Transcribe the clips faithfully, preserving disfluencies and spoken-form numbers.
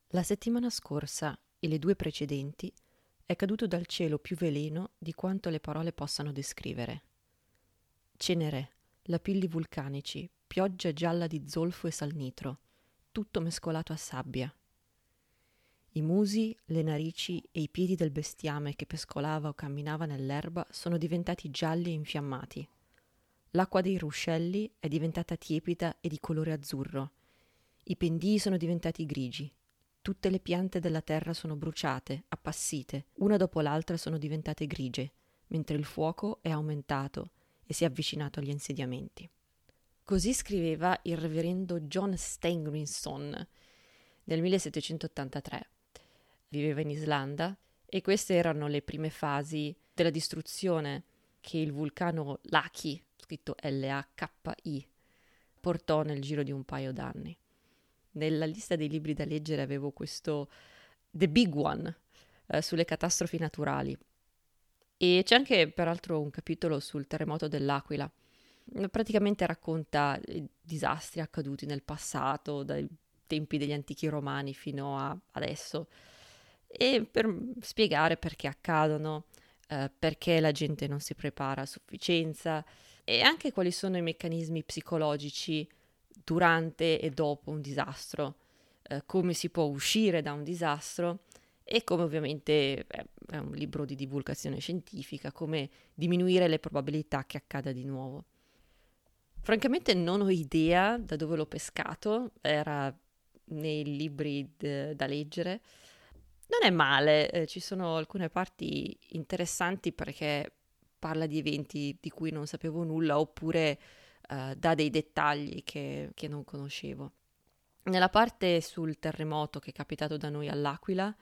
La settimana scorsa e le due precedenti è caduto dal cielo più veleno di quanto le parole possano descrivere. Cenere, lapilli vulcanici, pioggia gialla di zolfo e salnitro, tutto mescolato a sabbia. I musi, le narici e i piedi del bestiame che pescolava o camminava nell'erba sono diventati gialli e infiammati. L'acqua dei ruscelli è diventata tiepida e di colore azzurro. I pendii sono diventati grigi. Tutte le piante della terra sono bruciate, appassite, una dopo l'altra sono diventate grigie, mentre il fuoco è aumentato e si è avvicinato agli insediamenti. Così scriveva il reverendo John Steingrimsson nel millesettecentottantatré. Viveva in Islanda e queste erano le prime fasi della distruzione che il vulcano Laki, scritto L A K I, portò nel giro di un paio d'anni. Nella lista dei libri da leggere avevo questo The Big One eh, sulle catastrofi naturali e c'è anche peraltro un capitolo sul terremoto dell'Aquila. Praticamente racconta i disastri accaduti nel passato, dai tempi degli antichi romani fino a adesso, e per spiegare perché accadono, eh, perché la gente non si prepara a sufficienza e anche quali sono i meccanismi psicologici durante e dopo un disastro, eh, come si può uscire da un disastro e come ovviamente eh, è un libro di divulgazione scientifica, come diminuire le probabilità che accada di nuovo. Francamente non ho idea da dove l'ho pescato, era nei libri d- da leggere. Non è male, eh, ci sono alcune parti interessanti perché parla di eventi di cui non sapevo nulla oppure eh, dà dei dettagli che, che non conoscevo. Nella parte sul terremoto che è capitato da noi all'Aquila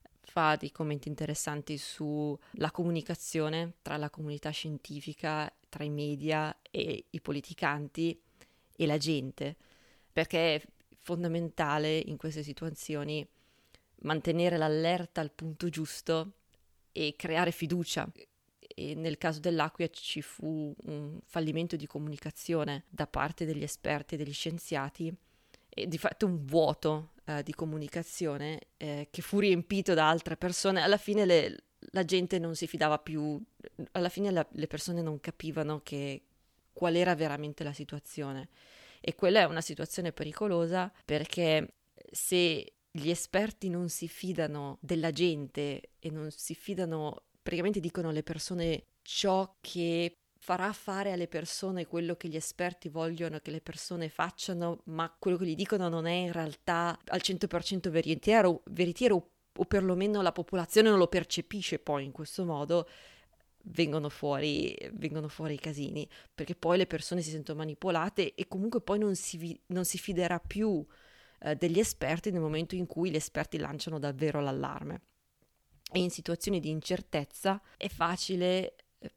fa dei commenti interessanti sulla comunicazione tra la comunità scientifica, tra i media e i politicanti e la gente, perché è fondamentale in queste situazioni mantenere l'allerta al punto giusto e creare fiducia. E nel caso dell'Aquila ci fu un fallimento di comunicazione da parte degli esperti e degli scienziati e di fatto un vuoto eh, di comunicazione eh, che fu riempito da altre persone. Alla fine le, la gente non si fidava più, alla fine la, le persone non capivano che, qual era veramente la situazione. E quella è una situazione pericolosa perché se gli esperti non si fidano della gente e non si fidano, praticamente dicono alle persone ciò che farà fare alle persone quello che gli esperti vogliono che le persone facciano, ma quello che gli dicono non è in realtà al cento per cento veritiero, veritiero o perlomeno la popolazione non lo percepisce poi in questo modo, vengono fuori, vengono fuori i casini, perché poi le persone si sentono manipolate e comunque poi non si, non si fiderà più eh, degli esperti nel momento in cui gli esperti lanciano davvero l'allarme. E in situazioni di incertezza è facile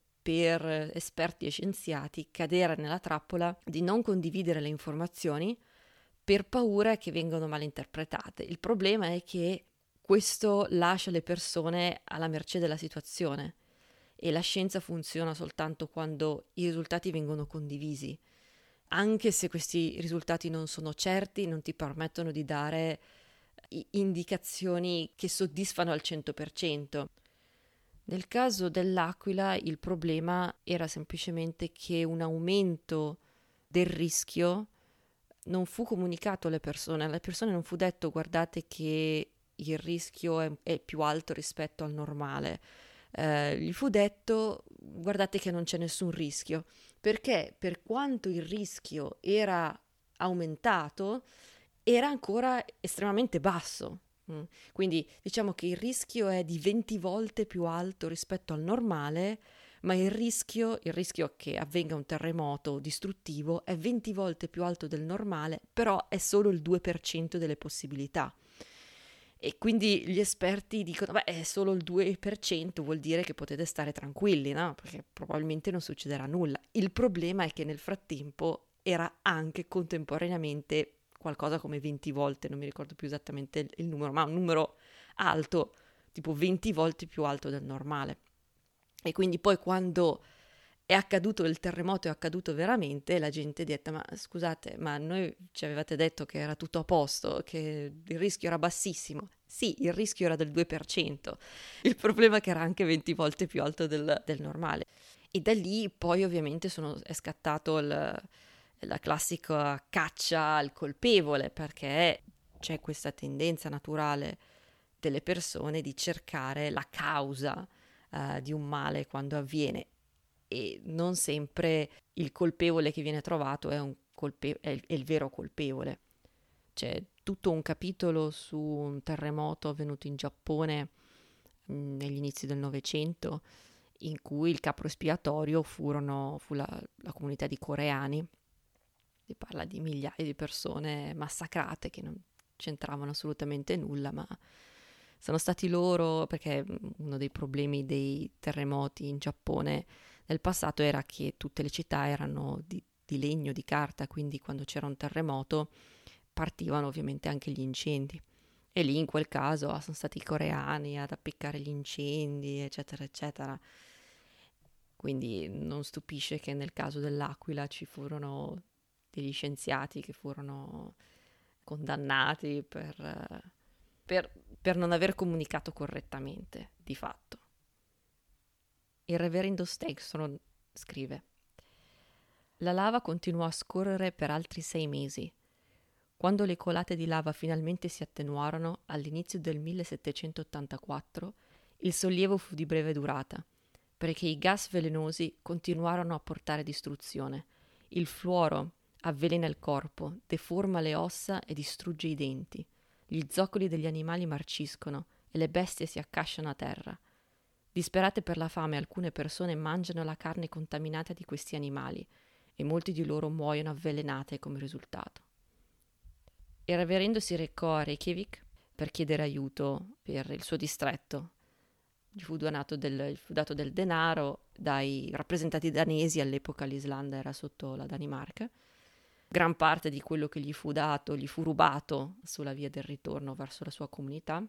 per esperti e scienziati cadere nella trappola di non condividere le informazioni per paura che vengano malinterpretate. Il problema è che questo lascia le persone alla mercé della situazione e la scienza funziona soltanto quando i risultati vengono condivisi. Anche se questi risultati non sono certi, non ti permettono di dare indicazioni che soddisfano al cento per cento. Nel caso dell'Aquila il problema era semplicemente che un aumento del rischio non fu comunicato alle persone, alle persone non fu detto guardate che il rischio è, è più alto rispetto al normale, eh, gli fu detto guardate che non c'è nessun rischio, perché per quanto il rischio era aumentato era ancora estremamente basso. Mm. Quindi diciamo che il rischio è di venti volte più alto rispetto al normale, ma il rischio, il rischio che avvenga un terremoto distruttivo è venti volte più alto del normale, però è solo il due per cento delle possibilità. E quindi gli esperti dicono, beh, è solo il due per cento, vuol dire che potete stare tranquilli, no? Perché probabilmente non succederà nulla. Il problema è che nel frattempo era anche contemporaneamente qualcosa come venti volte, non mi ricordo più esattamente il, il numero, ma un numero alto, tipo venti volte più alto del normale. E quindi poi quando è accaduto il terremoto, è accaduto veramente, e la gente ha detto: ma scusate, ma noi ci avevate detto che era tutto a posto, che il rischio era bassissimo. Sì, il rischio era del due per cento, il problema è che era anche venti volte più alto del, del normale. E da lì poi ovviamente sono, è scattato il, la classica caccia al colpevole, perché c'è questa tendenza naturale delle persone di cercare la causa eh, di un male quando avviene, e non sempre il colpevole che viene trovato è, un colpe- è, il, è il vero colpevole. C'è tutto un capitolo su un terremoto avvenuto in Giappone mh, negli inizi del Novecento, in cui il capro espiatorio furono, fu la, la comunità di coreani. Si parla di migliaia di persone massacrate che non c'entravano assolutamente nulla, ma sono stati loro, perché uno dei problemi dei terremoti in Giappone nel passato era che tutte le città erano di, di legno, di carta, quindi quando c'era un terremoto partivano ovviamente anche gli incendi. E lì in quel caso sono stati i coreani ad appiccare gli incendi, eccetera, eccetera. Quindi non stupisce che nel caso dell'Aquila ci furono degli scienziati che furono condannati per, per, per non aver comunicato correttamente, di fatto. Il reverendo Stegson scrive: la lava continuò a scorrere per altri sei mesi. Quando le colate di lava finalmente si attenuarono all'inizio del millesettecentottantaquattro, il sollievo fu di breve durata, perché i gas velenosi continuarono a portare distruzione. Il fluoro avvelena il corpo, deforma le ossa e distrugge i denti. Gli zoccoli degli animali marciscono e le bestie si accasciano a terra. Disperate per la fame, alcune persone mangiano la carne contaminata di questi animali e molti di loro muoiono avvelenate come risultato. Il reverendo si recò a Reykjavik per chiedere aiuto per il suo distretto. Gli fu donato del, gli fu dato del denaro dai rappresentanti danesi, all'epoca l'Islanda era sotto la Danimarca. Gran parte di quello che gli fu dato gli fu rubato sulla via del ritorno verso la sua comunità,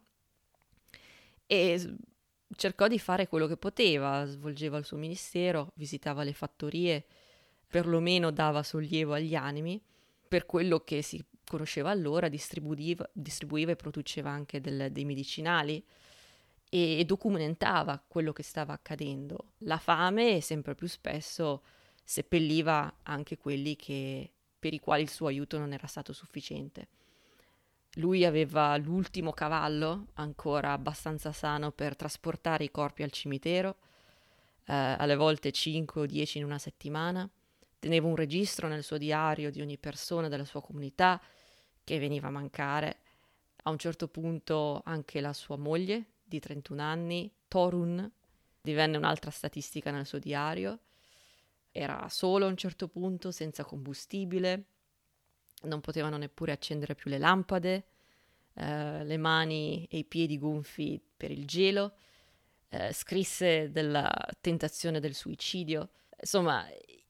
e cercò di fare quello che poteva, svolgeva il suo ministero, visitava le fattorie, perlomeno dava sollievo agli animi. Per quello che si conosceva allora, distribuiva, distribuiva e produceva anche del, dei medicinali e, e documentava quello che stava accadendo. La fame sempre più spesso seppelliva anche quelli che, per i quali il suo aiuto non era stato sufficiente. Lui aveva l'ultimo cavallo, ancora abbastanza sano, per trasportare i corpi al cimitero, eh, alle volte cinque o dieci in una settimana. Teneva un registro nel suo diario di ogni persona della sua comunità che veniva a mancare. A un certo punto anche la sua moglie, di trentuno anni, Torun, divenne un'altra statistica nel suo diario. Era solo a un certo punto, senza combustibile, non potevano neppure accendere più le lampade, eh, le mani e i piedi gonfi per il gelo, eh, scrisse della tentazione del suicidio. Insomma,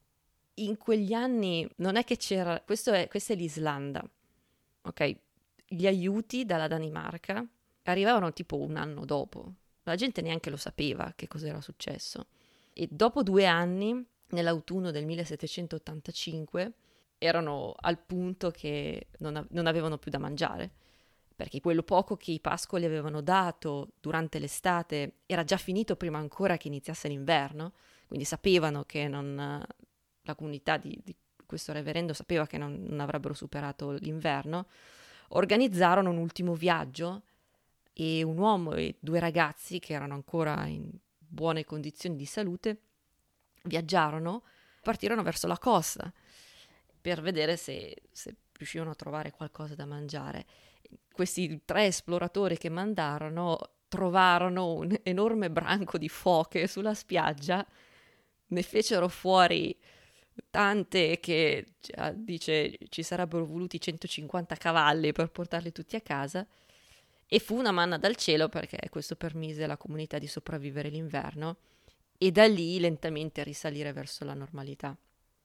in quegli anni non è che c'era, questo è, questa è l'Islanda, ok? Gli aiuti dalla Danimarca arrivavano tipo un anno dopo, la gente neanche lo sapeva che cos'era successo. E dopo due anni, nell'autunno del millesettecentottantacinque, erano al punto che non, av- non avevano più da mangiare, perché quello poco che i pascoli avevano dato durante l'estate era già finito prima ancora che iniziasse l'inverno, quindi sapevano che non, la comunità di, di questo reverendo sapeva che non, non avrebbero superato l'inverno. Organizzarono un ultimo viaggio e un uomo e due ragazzi che erano ancora in buone condizioni di salute viaggiarono, partirono verso la costa per vedere se, se riuscivano a trovare qualcosa da mangiare. Questi tre esploratori che mandarono trovarono un enorme branco di foche sulla spiaggia, ne fecero fuori tante che, cioè, dice, ci sarebbero voluti centocinquanta cavalli per portarli tutti a casa, e fu una manna dal cielo perché questo permise alla comunità di sopravvivere l'inverno e da lì lentamente risalire verso la normalità.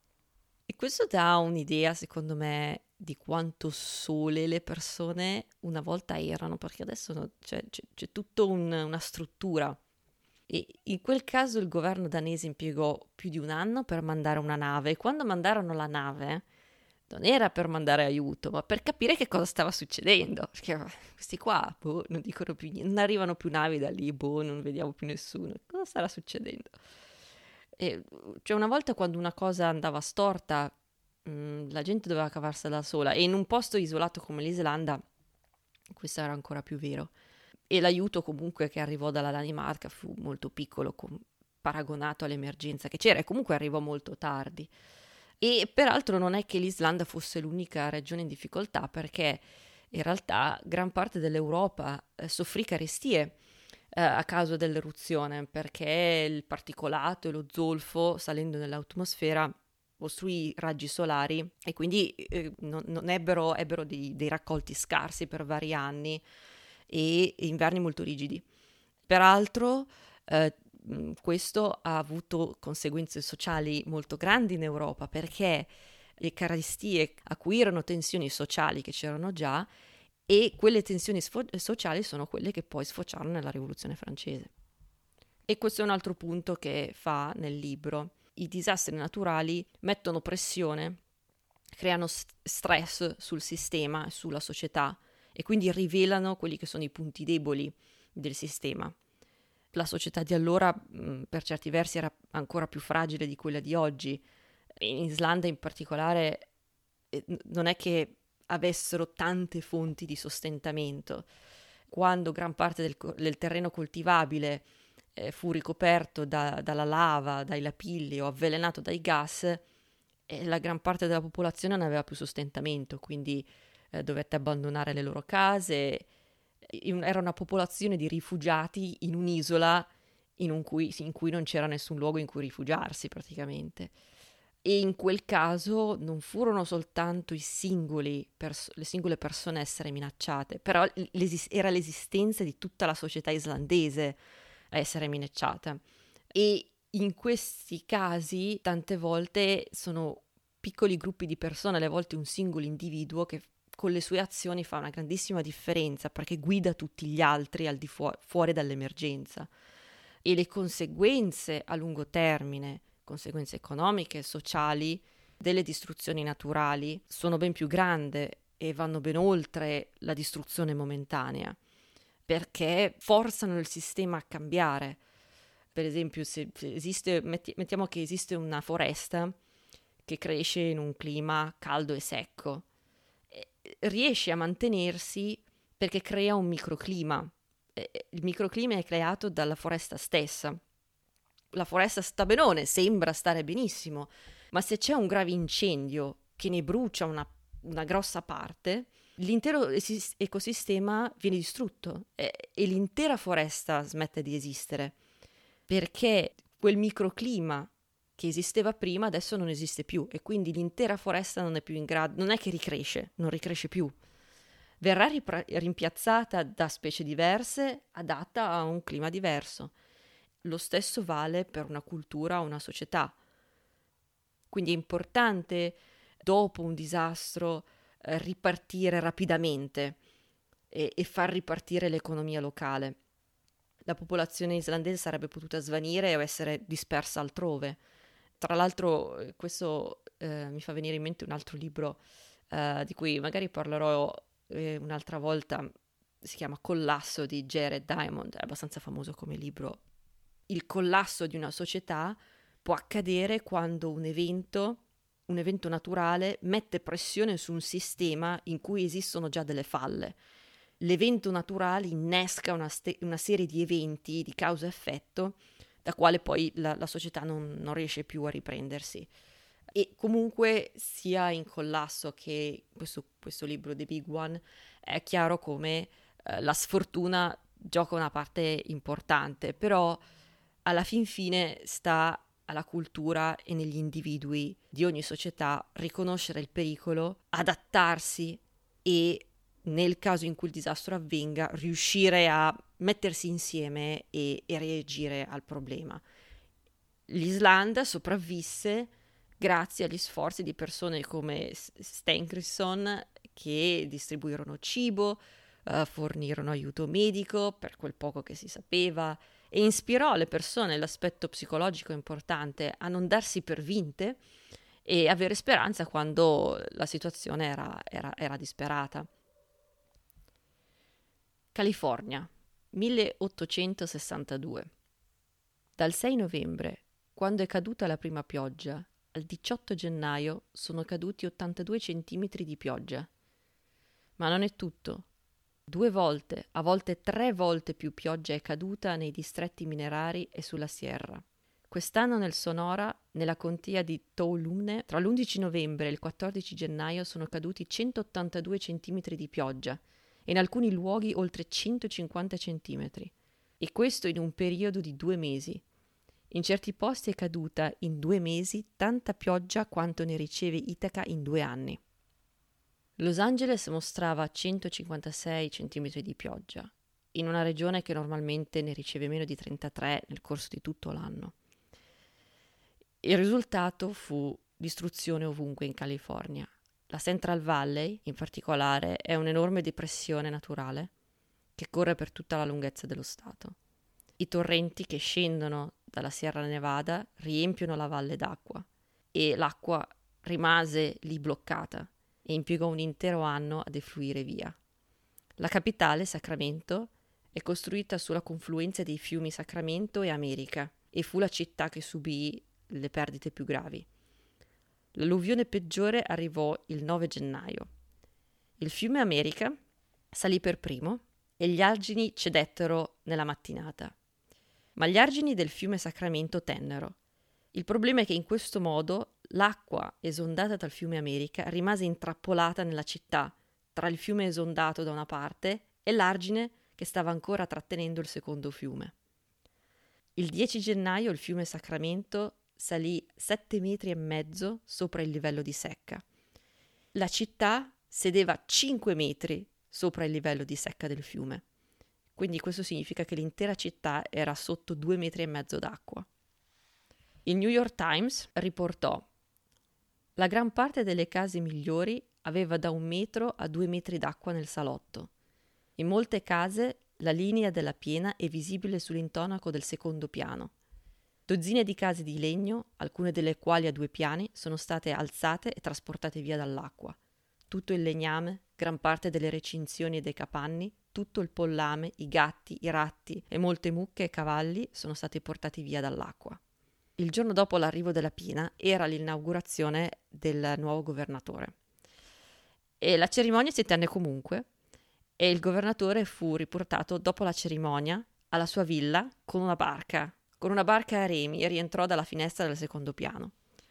E questo dà un'idea, secondo me, di quanto sole le persone una volta erano, perché adesso no, c'è, c'è, c'è tutta un, una struttura E in quel caso il governo danese impiegò più di un anno per mandare una nave, e quando mandarono la nave non era per mandare aiuto, ma per capire che cosa stava succedendo, perché questi qua, boh, non dicono più niente, non arrivano più navi da lì, boh, non vediamo più nessuno, cosa starà succedendo? E, cioè una volta quando una cosa andava storta, mh, la gente doveva cavarsela da sola, e in un posto isolato come l'Islanda questo era ancora più vero. E l'aiuto comunque che arrivò dalla Danimarca fu molto piccolo com- paragonato all'emergenza che c'era, e comunque arrivò molto tardi. E peraltro non è che l'Islanda fosse l'unica regione in difficoltà, perché in realtà gran parte dell'Europa eh, soffrì carestie eh, a causa dell'eruzione, perché il particolato e lo zolfo salendo nell'atmosfera costruì raggi solari, e quindi eh, non, non ebbero, ebbero dei, dei raccolti scarsi per vari anni e inverni molto rigidi. Peraltro eh, questo ha avuto conseguenze sociali molto grandi in Europa, perché le carestie acuirono tensioni sociali che c'erano già, e quelle tensioni sfo- sociali sono quelle che poi sfociarono nella Rivoluzione francese. E questo è un altro punto che fa nel libro. I disastri naturali mettono pressione, creano st- stress sul sistema e sulla società, e quindi rivelano quelli che sono i punti deboli del sistema. La società di allora, mh, per certi versi, era ancora più fragile di quella di oggi. In Islanda in particolare eh, non è che avessero tante fonti di sostentamento. Quando gran parte del, del terreno coltivabile eh, fu ricoperto da, dalla lava, dai lapilli o avvelenato dai gas, eh, la gran parte della popolazione non aveva più sostentamento, quindi eh, dovette abbandonare le loro case. In, era una popolazione di rifugiati in un'isola in, un cui, in cui non c'era nessun luogo in cui rifugiarsi praticamente. E in quel caso non furono soltanto i singoli pers- le singole persone a essere minacciate, però l'esis- era l'esistenza di tutta la società islandese a essere minacciata. E in questi casi tante volte sono piccoli gruppi di persone, alle volte un singolo individuo, che con le sue azioni fa una grandissima differenza, perché guida tutti gli altri al di fu- fuori dall'emergenza. E le conseguenze a lungo termine, conseguenze economiche e sociali delle distruzioni naturali, sono ben più grandi e vanno ben oltre la distruzione momentanea, perché forzano il sistema a cambiare. Per esempio, se esiste, metti, mettiamo che esiste una foresta che cresce in un clima caldo e secco, riesce a mantenersi perché crea un microclima. Il microclima è creato dalla foresta stessa. La foresta sta benone, sembra stare benissimo, ma se c'è un grave incendio che ne brucia una, una grossa parte, l'intero esis- ecosistema viene distrutto e, e l'intera foresta smette di esistere, perché quel microclima che esisteva prima adesso non esiste più, e quindi l'intera foresta non è più in grado, non è che ricresce, non ricresce più. Verrà ripra- rimpiazzata da specie diverse, adatta a un clima diverso. Lo stesso vale per una cultura o una società. Quindi è importante, dopo un disastro, eh, ripartire rapidamente e, e far ripartire l'economia locale. La popolazione islandese sarebbe potuta svanire o essere dispersa altrove. Tra l'altro, eh, questo eh, mi fa venire in mente un altro libro eh, di cui magari parlerò eh, un'altra volta. Si chiama Collasso di Jared Diamond, è abbastanza famoso come libro. Il collasso di una società può accadere quando un evento, un evento naturale mette pressione su un sistema in cui esistono già delle falle. L'evento naturale innesca una, ste- una serie di eventi di causa-effetto da quale poi la, la società non, non riesce più a riprendersi. E comunque sia in Collasso che questo, questo libro The Big One è chiaro come eh, la sfortuna gioca una parte importante, però alla fin fine sta alla cultura e negli individui di ogni società riconoscere il pericolo, adattarsi e, nel caso in cui il disastro avvenga, riuscire a mettersi insieme e, e reagire al problema. L'Islanda sopravvisse grazie agli sforzi di persone come Stenkrisson, che distribuirono cibo, uh, fornirono aiuto medico per quel poco che si sapeva e ispirò le persone, l'aspetto psicologico importante, a non darsi per vinte e avere speranza quando la situazione era, era, era disperata. California, milleottocentosessantadue. Dal sei novembre, quando è caduta la prima pioggia, al diciotto gennaio sono caduti ottantadue centimetri di pioggia. Ma non è tutto. Due volte, a volte tre volte più pioggia è caduta nei distretti minerari e sulla Sierra. Quest'anno nel Sonora, nella contea di Tuolumne, tra l'undici novembre e il quattordici gennaio sono caduti centottantadue centimetri di pioggia e in alcuni luoghi oltre centocinquanta centimetri. E questo in un periodo di due mesi. In certi posti è caduta in due mesi tanta pioggia quanto ne riceve Itaca in due anni. Los Angeles mostrava centocinquantasei centimetri di pioggia, in una regione che normalmente ne riceve meno di trentatré nel corso di tutto l'anno. Il risultato fu distruzione ovunque in California. La Central Valley, in particolare, è un'enorme depressione naturale che corre per tutta la lunghezza dello stato. I torrenti che scendono dalla Sierra Nevada riempiono la valle d'acqua e l'acqua rimase lì bloccata e impiegò un intero anno a defluire via. La capitale, Sacramento, è costruita sulla confluenza dei fiumi Sacramento e America e fu la città che subì le perdite più gravi. L'alluvione peggiore arrivò il nove gennaio. Il fiume America salì per primo e gli argini cedettero nella mattinata. Ma gli argini del fiume Sacramento tennero. Il problema è che in questo modo l'acqua esondata dal fiume America rimase intrappolata nella città, tra il fiume esondato da una parte e l'argine che stava ancora trattenendo il secondo fiume. Il dieci gennaio il fiume Sacramento salì sette metri e mezzo sopra il livello di secca. La città sedeva cinque metri sopra il livello di secca del fiume. Quindi questo significa che l'intera città era sotto due metri e mezzo d'acqua. Il New York Times riportò: la gran parte delle case migliori aveva da un metro a due metri d'acqua nel salotto. In molte case la linea della piena è visibile sull'intonaco del secondo piano. Dozzine di case di legno, alcune delle quali a due piani, sono state alzate e trasportate via dall'acqua. Tutto il legname, gran parte delle recinzioni e dei capanni, tutto il pollame, i gatti, i ratti e molte mucche e cavalli sono stati portati via dall'acqua. Il giorno dopo l'arrivo della piena era l'inaugurazione del nuovo governatore. E la cerimonia si tenne comunque e il governatore fu riportato dopo la cerimonia alla sua villa con una barca, con una barca a remi e rientrò dalla finestra del secondo piano.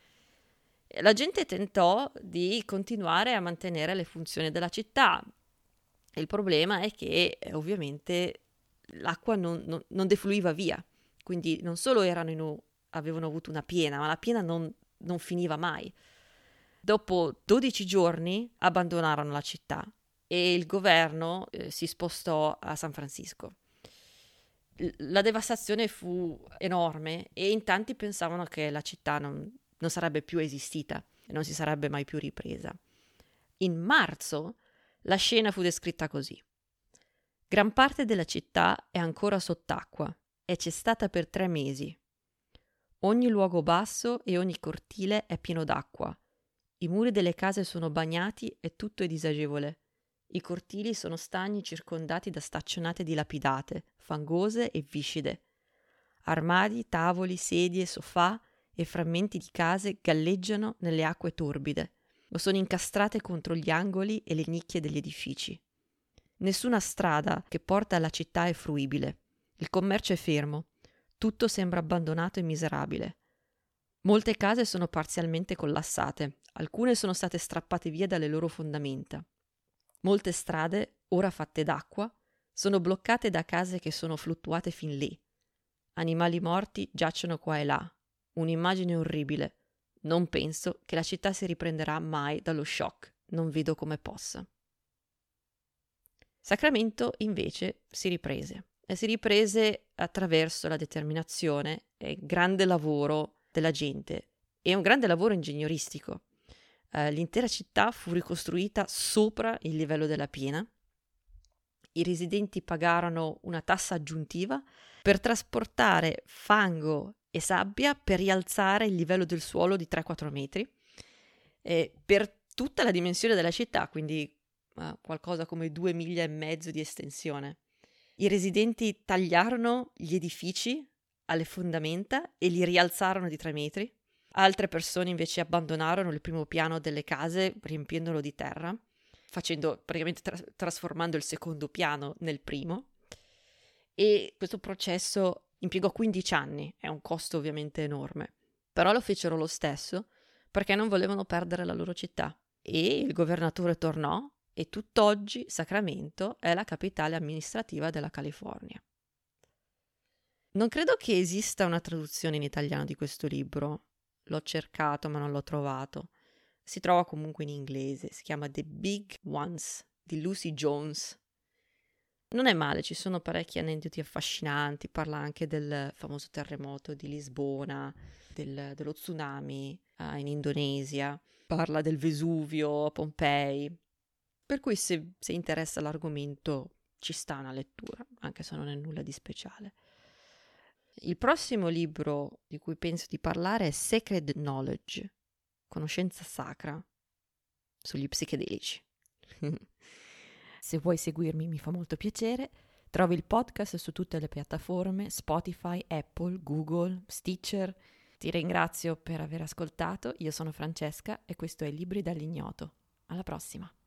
La gente tentò di continuare a mantenere le funzioni della città. Il problema è che eh, ovviamente l'acqua non, non, non defluiva via, quindi non solo erano in un, avevano avuto una piena, ma la piena non, non finiva mai. Dopo dodici giorni abbandonarono la città e il governo eh, si spostò a San Francisco. L- la devastazione fu enorme e in tanti pensavano che la città non, non sarebbe più esistita e non si sarebbe mai più ripresa. In marzo la scena fu descritta così: gran parte della città è ancora sott'acqua e c'è stata per tre mesi. Ogni luogo basso e ogni cortile è pieno d'acqua. I muri delle case sono bagnati e tutto è disagevole. I cortili sono stagni circondati da staccionate dilapidate, fangose e viscide. Armadi, tavoli, sedie, sofà e frammenti di case galleggiano nelle acque torbide o sono incastrate contro gli angoli e le nicchie degli edifici. Nessuna strada che porta alla città è fruibile. Il commercio è fermo. Tutto sembra abbandonato e miserabile. Molte case sono parzialmente collassate, alcune sono state strappate via dalle loro fondamenta. Molte strade, ora fatte d'acqua, sono bloccate da case che sono fluttuate fin lì. Animali morti giacciono qua e là. Un'immagine orribile. Non penso che la città si riprenderà mai dallo shock. Non vedo come possa. Sacramento, invece, si riprese. E si riprese attraverso la determinazione e il grande lavoro della gente e un grande lavoro ingegneristico. Uh, l'intera città fu ricostruita sopra il livello della piena i residenti pagarono una tassa aggiuntiva per trasportare fango e sabbia per rialzare il livello del suolo di tre quattro metri eh, per tutta la dimensione della città, quindi uh, qualcosa come due miglia e mezzo di estensione. I residenti tagliarono gli edifici alle fondamenta e li rialzarono di tre metri. Altre persone invece abbandonarono il primo piano delle case riempiendolo di terra, facendo praticamente tra- trasformando il secondo piano nel primo. E questo processo impiegò quindici anni, è un costo ovviamente enorme, però lo fecero lo stesso perché non volevano perdere la loro città. E il governatore tornò e tutt'oggi Sacramento è la capitale amministrativa della California. Non credo che esista una traduzione in italiano di questo libro. L'ho cercato ma non l'ho trovato. Si trova comunque in inglese, si chiama The Big Ones di Lucy Jones. Non è male, ci sono parecchi aneddoti affascinanti, parla anche del famoso terremoto di Lisbona, del, dello tsunami uh, in Indonesia, parla del Vesuvio a Pompei, per cui se, se interessa l'argomento ci sta una lettura, anche se non è nulla di speciale. Il prossimo libro di cui penso di parlare è Sacred Knowledge, conoscenza sacra, sugli psichedelici. Se vuoi seguirmi mi fa molto piacere, trovi il podcast su tutte le piattaforme, Spotify, Apple, Google, Stitcher. Ti ringrazio per aver ascoltato, io sono Francesca e questo è Libri dall'ignoto. Alla prossima!